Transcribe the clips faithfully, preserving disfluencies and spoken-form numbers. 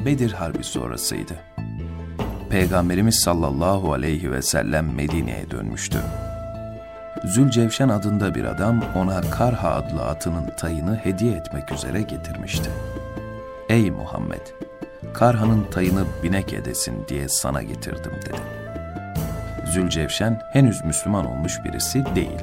Bedir Harbi sonrasıydı. Peygamberimiz sallallahu aleyhi ve sellem Medine'ye dönmüştü. Zülcevşen adında bir adam ona Karha adlı atının tayını hediye etmek üzere getirmişti. "Ey Muhammed, Karha'nın tayını binek edesin diye sana getirdim" dedi. Zülcevşen henüz Müslüman olmuş birisi değil.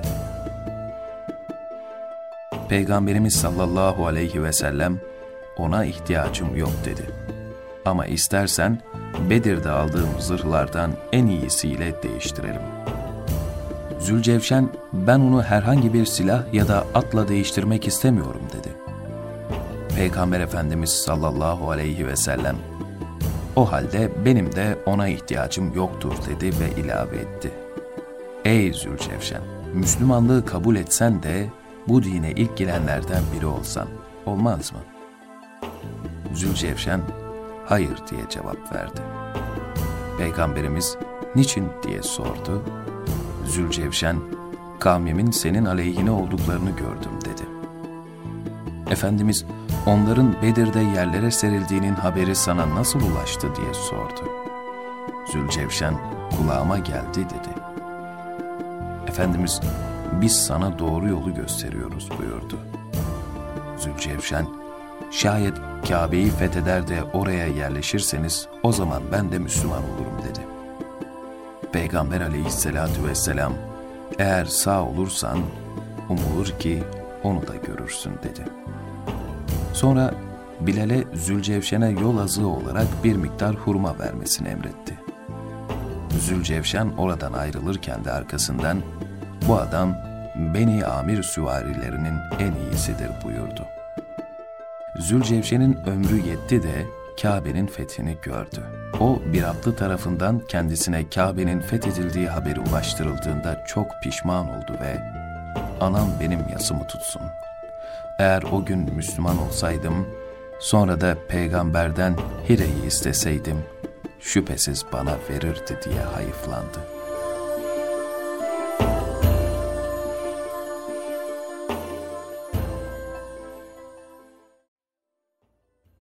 Peygamberimiz sallallahu aleyhi ve sellem ona ihtiyacım yok dedi. Ama istersen Bedir'de aldığım zırhlardan en iyisiyle değiştirelim. Zülcevşen, ben onu herhangi bir silah ya da atla değiştirmek istemiyorum dedi. Peygamber Efendimiz sallallahu aleyhi ve sellem, o halde benim de ona ihtiyacım yoktur dedi ve ilave etti. Ey Zülcevşen, Müslümanlığı kabul etsen de bu dine ilk girenlerden biri olsan olmaz mı? Zülcevşen, hayır diye cevap verdi. Peygamberimiz, niçin diye sordu. Zülcevşen, kavmimin senin aleyhine olduklarını gördüm dedi. Efendimiz, onların Bedir'de yerlere serildiğinin haberi sana nasıl ulaştı diye sordu. Zülcevşen, kulağıma geldi dedi. Efendimiz, biz sana doğru yolu gösteriyoruz buyurdu. Zülcevşen, şayet Kabe'yi fetheder de oraya yerleşirseniz o zaman ben de Müslüman olurum dedi. Peygamber aleyhissalatu vesselam, eğer sağ olursan umulur ki onu da görürsün dedi. Sonra Bilal'e Zülcevşen'e yol azığı olarak bir miktar hurma vermesini emretti. Zülcevşen oradan ayrılırken de arkasından, bu adam Beni Amir süvarilerinin en iyisidir buyurdu. Zülcevşen'in ömrü yetti de Kabe'nin fethini gördü. O bir atlı tarafından kendisine Kabe'nin fethedildiği haberi ulaştırıldığında çok pişman oldu ve "Anam benim yasımı tutsun. Eğer o gün Müslüman olsaydım, sonra da peygamberden Hire'yi isteseydim, şüphesiz bana verirdi" diye hayıflandı.